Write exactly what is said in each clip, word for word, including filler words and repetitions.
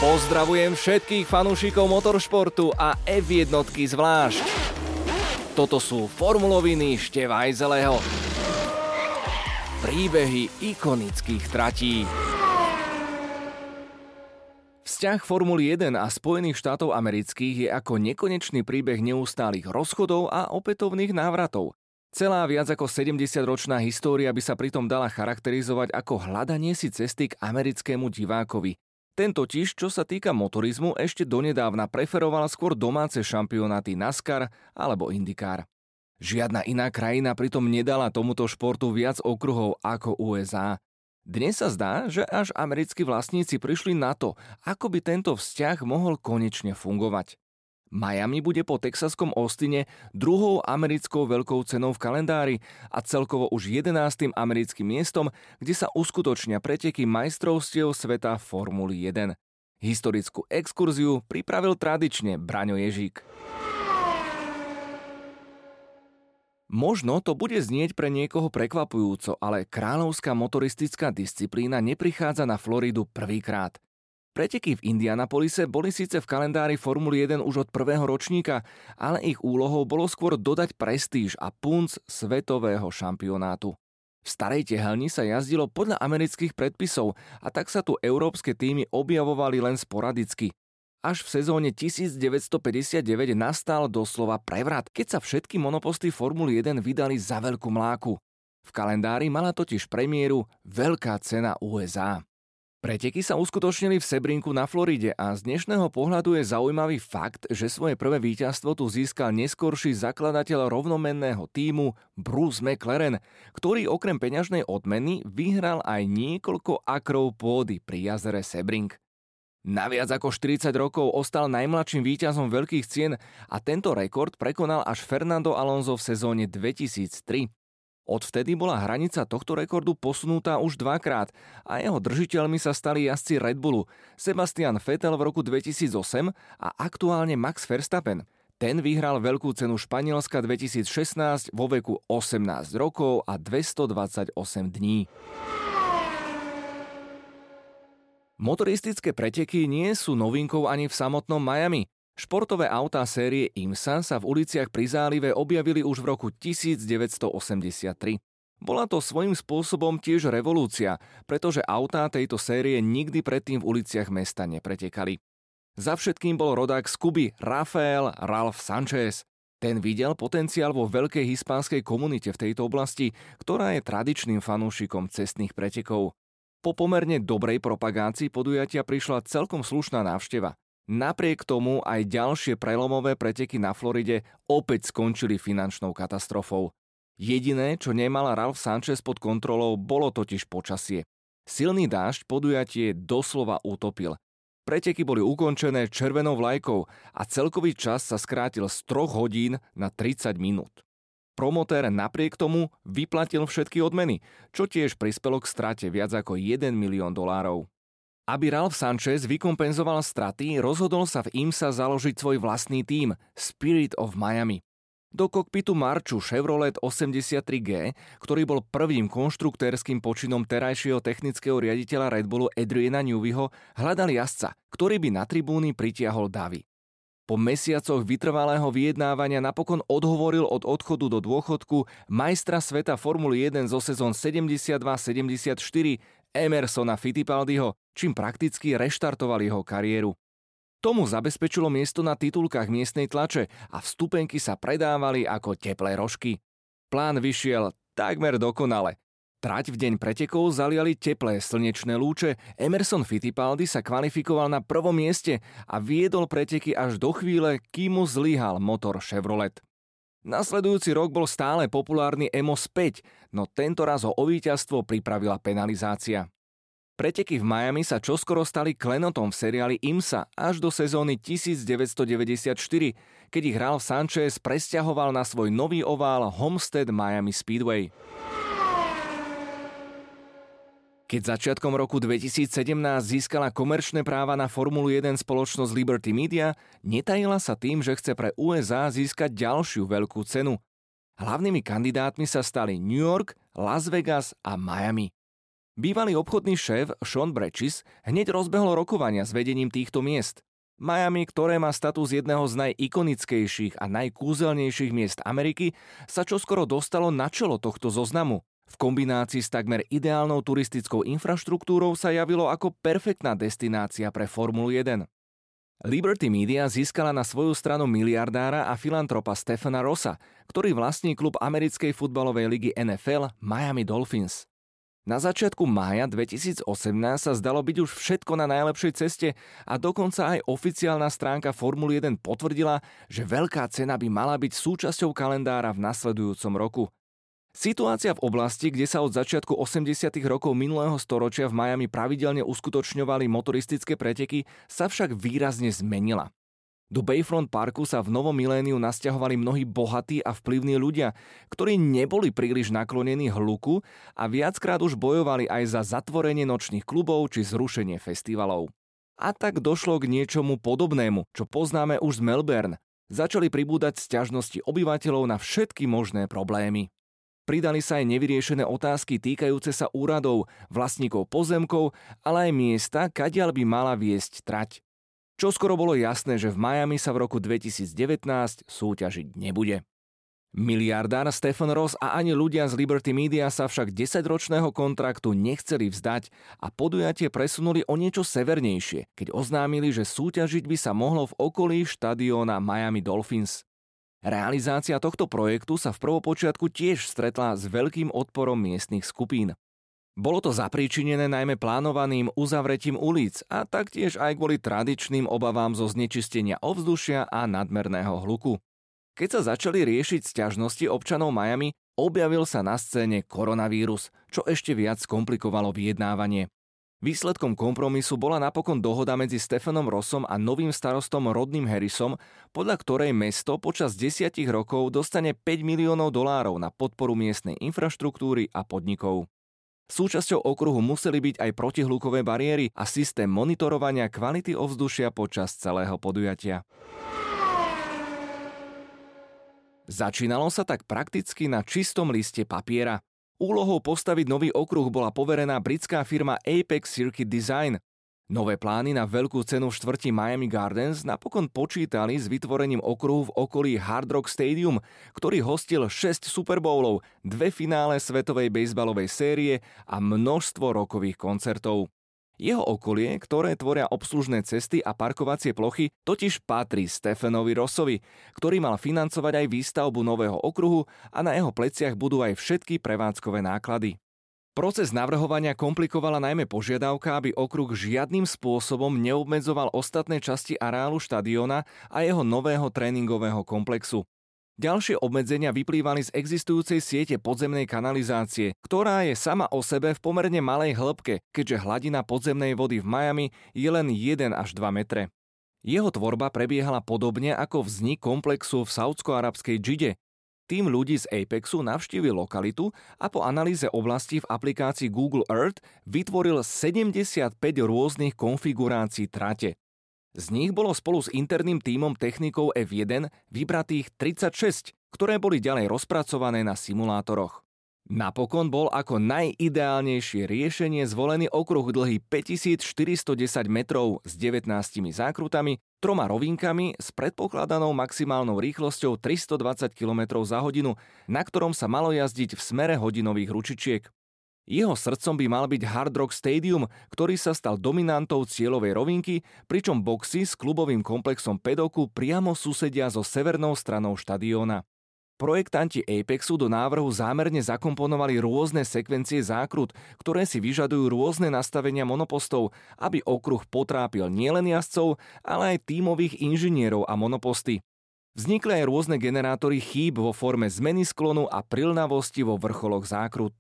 Pozdravujem všetkých fanúšikov motoršportu a ef jedna zvlášť. Toto sú formuloviny Števajzeleho. Príbehy ikonických tratí. Vzťah Formuly jeden a Spojených štátov amerických je ako nekonečný príbeh neustálych rozchodov a opätovných návratov. Celá viac ako sedemdesiatročná história by sa pritom dala charakterizovať ako hľadanie si cesty k americkému divákovi. Ten totiž, čo sa týka motorizmu, ešte donedávna preferoval skôr domáce šampionáty NASCAR alebo IndyCar. Žiadna iná krajina pritom nedala tomuto športu viac okruhov ako ú es á. Dnes sa zdá, že až americkí vlastníci prišli na to, ako by tento vzťah mohol konečne fungovať. Miami bude po texaskom Austine druhou americkou veľkou cenou v kalendári a celkovo už jedenásty americkým miestom, kde sa uskutočnia preteky majstrovstiev sveta Formuly jeden. Historickú exkurziu pripravil tradične Braňo Ježík. Možno to bude znieť pre niekoho prekvapujúco, ale kráľovská motoristická disciplína neprichádza na Floridu prvýkrát. Preteky v Indianapolise boli síce v kalendári Formuly jeden už od prvého ročníka, ale ich úlohou bolo skôr dodať prestíž a punc svetového šampionátu. V starej tehelni sa jazdilo podľa amerických predpisov a tak sa tu európske týmy objavovali len sporadicky. Až v sezóne devätnásťstopäťdesiatdeväť nastal doslova prevrat, keď sa všetky monoposty Formuly jeden vydali za veľkú mláku. V kalendári mala totiž premiéru Veľká cena ú es á. Preteky sa uskutočnili v Sebrinku na Floride a z dnešného pohľadu je zaujímavý fakt, že svoje prvé víťazstvo tu získal neskorší zakladateľ rovnomenného tímu Bruce McLaren, ktorý okrem peňažnej odmeny vyhral aj niekoľko akrov pôdy pri jazere Sebring. Na viac ako štyridsať rokov ostal najmladším víťazom veľkých cien a tento rekord prekonal až Fernando Alonso v sezóne dvetisíctri. Odvtedy bola hranica tohto rekordu posunutá už dvakrát a jeho držiteľmi sa stali jazdci Red Bullu, Sebastian Vettel v roku dvetisícosem a aktuálne Max Verstappen. Ten vyhral veľkú cenu Španielska dvetisícšestnásť vo veku osemnásť rokov a dvestodvadsaťosem dní. Motoristické preteky nie sú novinkou ani v samotnom Miami. Športové autá série IMSA sa v uliciach pri zálive objavili už v roku devätnásťstoosemdesiattri. Bola to svojím spôsobom tiež revolúcia, pretože autá tejto série nikdy predtým v uliciach mesta nepretekali. Za všetkým bol rodák z Kuby Rafael Ralph Sanchez. Ten videl potenciál vo veľkej hispánskej komunite v tejto oblasti, ktorá je tradičným fanúšikom cestných pretekov. Po pomerne dobrej propagácii podujatia prišla celkom slušná návšteva. Napriek tomu aj ďalšie prelomové preteky na Floride opäť skončili finančnou katastrofou. Jediné, čo nemala Ralph Sanchez pod kontrolou, bolo totiž počasie. Silný dážď podujatie doslova utopil. Preteky boli ukončené červenou vlajkou a celkový čas sa skrátil z troch hodín na tridsať minút. Promotér napriek tomu vyplatil všetky odmeny, čo tiež prispelo k strate viac ako jeden milión dolárov. Aby Ralph Sanchez vykompenzoval straty, rozhodol sa v IMSA založiť svoj vlastný tím Spirit of Miami. Do kokpitu Marchu Chevrolet osemdesiattri gé, ktorý bol prvým konštruktérskym počinom terajšieho technického riaditeľa Red Bullu Adriana Neweyho, hľadal jazdca, ktorý by na tribúny pritiahol davy. Po mesiacoch vytrvalého vyjednávania napokon odhovoril od odchodu do dôchodku majstra sveta Formuly jeden zo sezón sedemdesiatdva sedemdesiatštyri Emersona Fittipaldiho, čím prakticky reštartoval jeho kariéru. Tomu zabezpečilo miesto na titulkách miestnej tlače a vstupenky sa predávali ako teplé rožky. Plán vyšiel takmer dokonale. Trať v deň pretekov zaliali teplé slnečné lúče, Emerson Fittipaldi sa kvalifikoval na prvom mieste a viedol preteky až do chvíle, kým mu zlyhal motor Chevrolet. Nasledujúci rok bol stále populárny Emos päť, no tento raz ho o víťazstvo pripravila penalizácia. Preteky v Miami sa čoskoro stali klenotom v seriáli IMSA až do sezóny devätnásťstodeväťdesiatštyri, keď ich Ralph Sanchez presťahoval na svoj nový ovál Homestead Miami Speedway. Keď začiatkom roku dvetisícsedemnásť získala komerčné práva na Formulu jeden spoločnosť Liberty Media, netajila sa tým, že chce pre ú es á získať ďalšiu veľkú cenu. Hlavnými kandidátmi sa stali New York, Las Vegas a Miami. Bývalý obchodný šéf Sean Bratches hneď rozbehol rokovania s vedením týchto miest. Miami, ktoré má status jedného z najikonickejších a najkúzelnejších miest Ameriky, sa čoskoro dostalo na čelo tohto zoznamu. V kombinácii s takmer ideálnou turistickou infraštruktúrou sa javilo ako perfektná destinácia pre Formulu jeden. Liberty Media získala na svoju stranu miliardára a filantropa Stephena Rossa, ktorý vlastní klub americkej futbalovej ligy en ef el Miami Dolphins. Na začiatku mája dvetisícosemnásť sa zdalo byť už všetko na najlepšej ceste a dokonca aj oficiálna stránka Formuly jeden potvrdila, že veľká cena by mala byť súčasťou kalendára v nasledujúcom roku. Situácia v oblasti, kde sa od začiatku osemdesiatych rokov minulého storočia v Miami pravidelne uskutočňovali motoristické preteky, sa však výrazne zmenila. Do Bayfront Parku sa v novom miléniu nasťahovali mnohí bohatí a vplyvní ľudia, ktorí neboli príliš naklonení hluku a viackrát už bojovali aj za zatvorenie nočných klubov či zrušenie festivalov. A tak došlo k niečomu podobnému, čo poznáme už z Melbourne. Začali pribúdať sťažnosti obyvateľov na všetky možné problémy. Pridali sa aj nevyriešené otázky týkajúce sa úradov, vlastníkov pozemkov, ale aj miesta, kadiaľ by mala viesť trať. Čoskoro bolo jasné, že v Miami sa v roku dvetisícdevätnásť súťažiť nebude. Miliardár Stephen Ross a ani ľudia z Liberty Media sa však desaťročného kontraktu nechceli vzdať a podujatie presunuli o niečo severnejšie, keď oznámili, že súťažiť by sa mohlo v okolí štadióna Miami Dolphins. Realizácia tohto projektu sa v prvopočiatku tiež stretla s veľkým odporom miestnych skupín. Bolo to zapríčinené najmä plánovaným uzavretím ulic a taktiež aj kvôli tradičným obavám zo znečistenia ovzdušia a nadmerného hluku. Keď sa začali riešiť sťažnosti občanov Miami, objavil sa na scéne koronavírus, čo ešte viac komplikovalo vyjednávanie. Výsledkom kompromisu bola napokon dohoda medzi Stephenom Rossom a novým starostom Rodným Harrisom, podľa ktorej mesto počas desiatich rokov dostane päť miliónov dolárov na podporu miestnej infraštruktúry a podnikov. Súčasťou okruhu museli byť aj protihlukové bariéry a systém monitorovania kvality ovzdušia počas celého podujatia. Začínalo sa tak prakticky na čistom liste papiera. Úlohou postaviť nový okruh bola poverená britská firma Apex Circuit Design. Nové plány na veľkú cenu v štvrti Miami Gardens napokon počítali s vytvorením okruhu v okolí Hard Rock Stadium, ktorý hostil šesť Super Bowlov, dve finále svetovej bejzbalovej série a množstvo rockových koncertov. Jeho okolie, ktoré tvoria obslužné cesty a parkovacie plochy, totiž patrí Stephenovi Rossovi, ktorý mal financovať aj výstavbu nového okruhu a na jeho pleciach budú aj všetky prevádzkové náklady. Proces navrhovania komplikovala najmä požiadavka, aby okruh žiadnym spôsobom neobmedzoval ostatné časti areálu štadióna a jeho nového tréningového komplexu. Ďalšie obmedzenia vyplývali z existujúcej siete podzemnej kanalizácie, ktorá je sama o sebe v pomerne malej hĺbke, keďže hladina podzemnej vody v Miami je len jeden až dva metre. Jeho tvorba prebiehala podobne ako vznik komplexu v saúdsko-arabskej Džide. Tým ľudí z Apexu navštívil lokalitu a po analýze oblasti v aplikácii Google Earth vytvoril sedemdesiatpäť rôznych konfigurácií trate. Z nich bolo spolu s interným tímom technikov ef jeden vybratých tridsaťšesť, ktoré boli ďalej rozpracované na simulátoroch. Napokon bol ako najideálnejšie riešenie zvolený okruh dlhý päťtisícštyristodesať metrov s devätnástimi zákrutami, troma rovinkami s predpokladanou maximálnou rýchlosťou tristodvadsať kilometrov za hodinu, na ktorom sa malo jazdiť v smere hodinových ručičiek. Jeho srdcom by mal byť Hard Rock Stadium, ktorý sa stal dominantou cieľovej rovinky, pričom boxy s klubovým komplexom Pedoku priamo susedia so severnou stranou štadióna. Projektanti Apexu do návrhu zámerne zakomponovali rôzne sekvencie zákrut, ktoré si vyžadujú rôzne nastavenia monopostov, aby okruh potrápil nielen jazdcov, ale aj tímových inžinierov a monoposty. Vznikli aj rôzne generátory chýb vo forme zmeny sklonu a prilnavosti vo vrcholoch zákrut.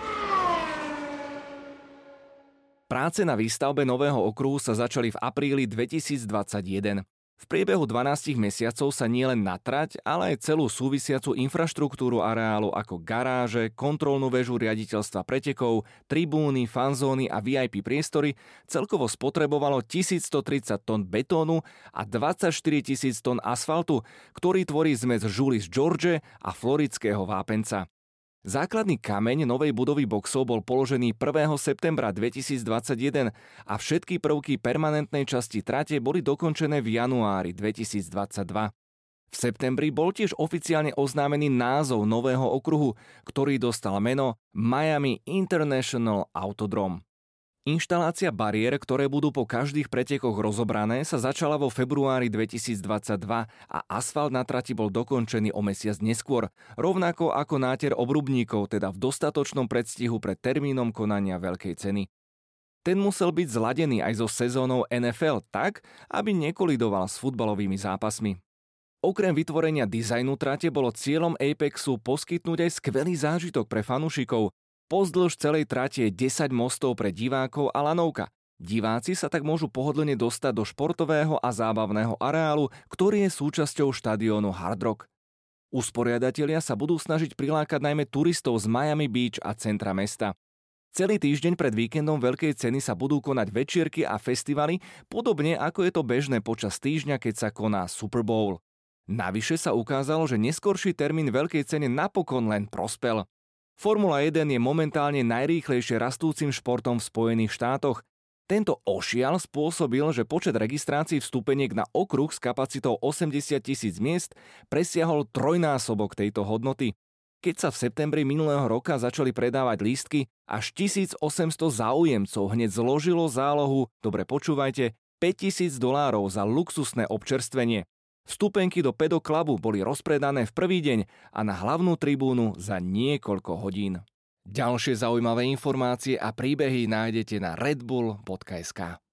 Práce na výstavbe nového okruhu sa začali v apríli dvetisícdvadsaťjeden. V priebehu dvanástich mesiacov sa nielen na trať, ale aj celú súvisiacu infraštruktúru areálu ako garáže, kontrolnú väžu riaditeľstva pretekov, tribúny, fanzóny a vé í pé priestory celkovo spotrebovalo tisícstotridsať tón betónu a dvadsaťštyri tisíc tón asfaltu, ktorý tvorí zmes Julius George a floridského vápenca. Základný kameň novej budovy boxov bol položený prvého septembra dvetisícdvadsaťjeden a všetky prvky permanentnej časti trate boli dokončené v januári dvetisícdvadsaťdva. V septembri bol tiež oficiálne oznámený názov nového okruhu, ktorý dostal meno Miami International Autodrome. Inštalácia bariér, ktoré budú po každých pretekoch rozobrané, sa začala vo februári dvetisícdvadsaťdva a asfalt na trati bol dokončený o mesiac neskôr, rovnako ako náter obrubníkov, teda v dostatočnom predstihu pred termínom konania veľkej ceny. Ten musel byť zladený aj so sezónou en ef el tak, aby nekolidoval s futbalovými zápasmi. Okrem vytvorenia dizajnu trate bolo cieľom Apexu poskytnúť aj skvelý zážitok pre fanúšikov. Pozdĺž celej trate je desať mostov pre divákov a lanovka. Diváci sa tak môžu pohodlne dostať do športového a zábavného areálu, ktorý je súčasťou štadiónu Hard Rock. Usporiadatelia sa budú snažiť prilákať najmä turistov z Miami Beach a centra mesta. Celý týždeň pred víkendom Veľkej ceny sa budú konať večierky a festivaly, podobne ako je to bežné počas týždňa, keď sa koná Super Bowl. Navyše sa ukázalo, že neskorší termín Veľkej ceny napokon len prospel. Formula jeden je momentálne najrýchlejšie rastúcim športom v Spojených štátoch. Tento ošial spôsobil, že počet registrácií vstupeniek na okruh s kapacitou osemdesiat tisíc miest presiahol trojnásobok tejto hodnoty. Keď sa v septembri minulého roka začali predávať lístky, až tisícosemsto záujemcov hneď zložilo zálohu, dobre počúvajte, päťtisíc dolárov za luxusné občerstvenie. Vstupenky do Paddock Clubu boli rozpredané v prvý deň a na hlavnú tribúnu za niekoľko hodín. Ďalšie zaujímavé informácie a príbehy nájdete na redbull bodka es ká.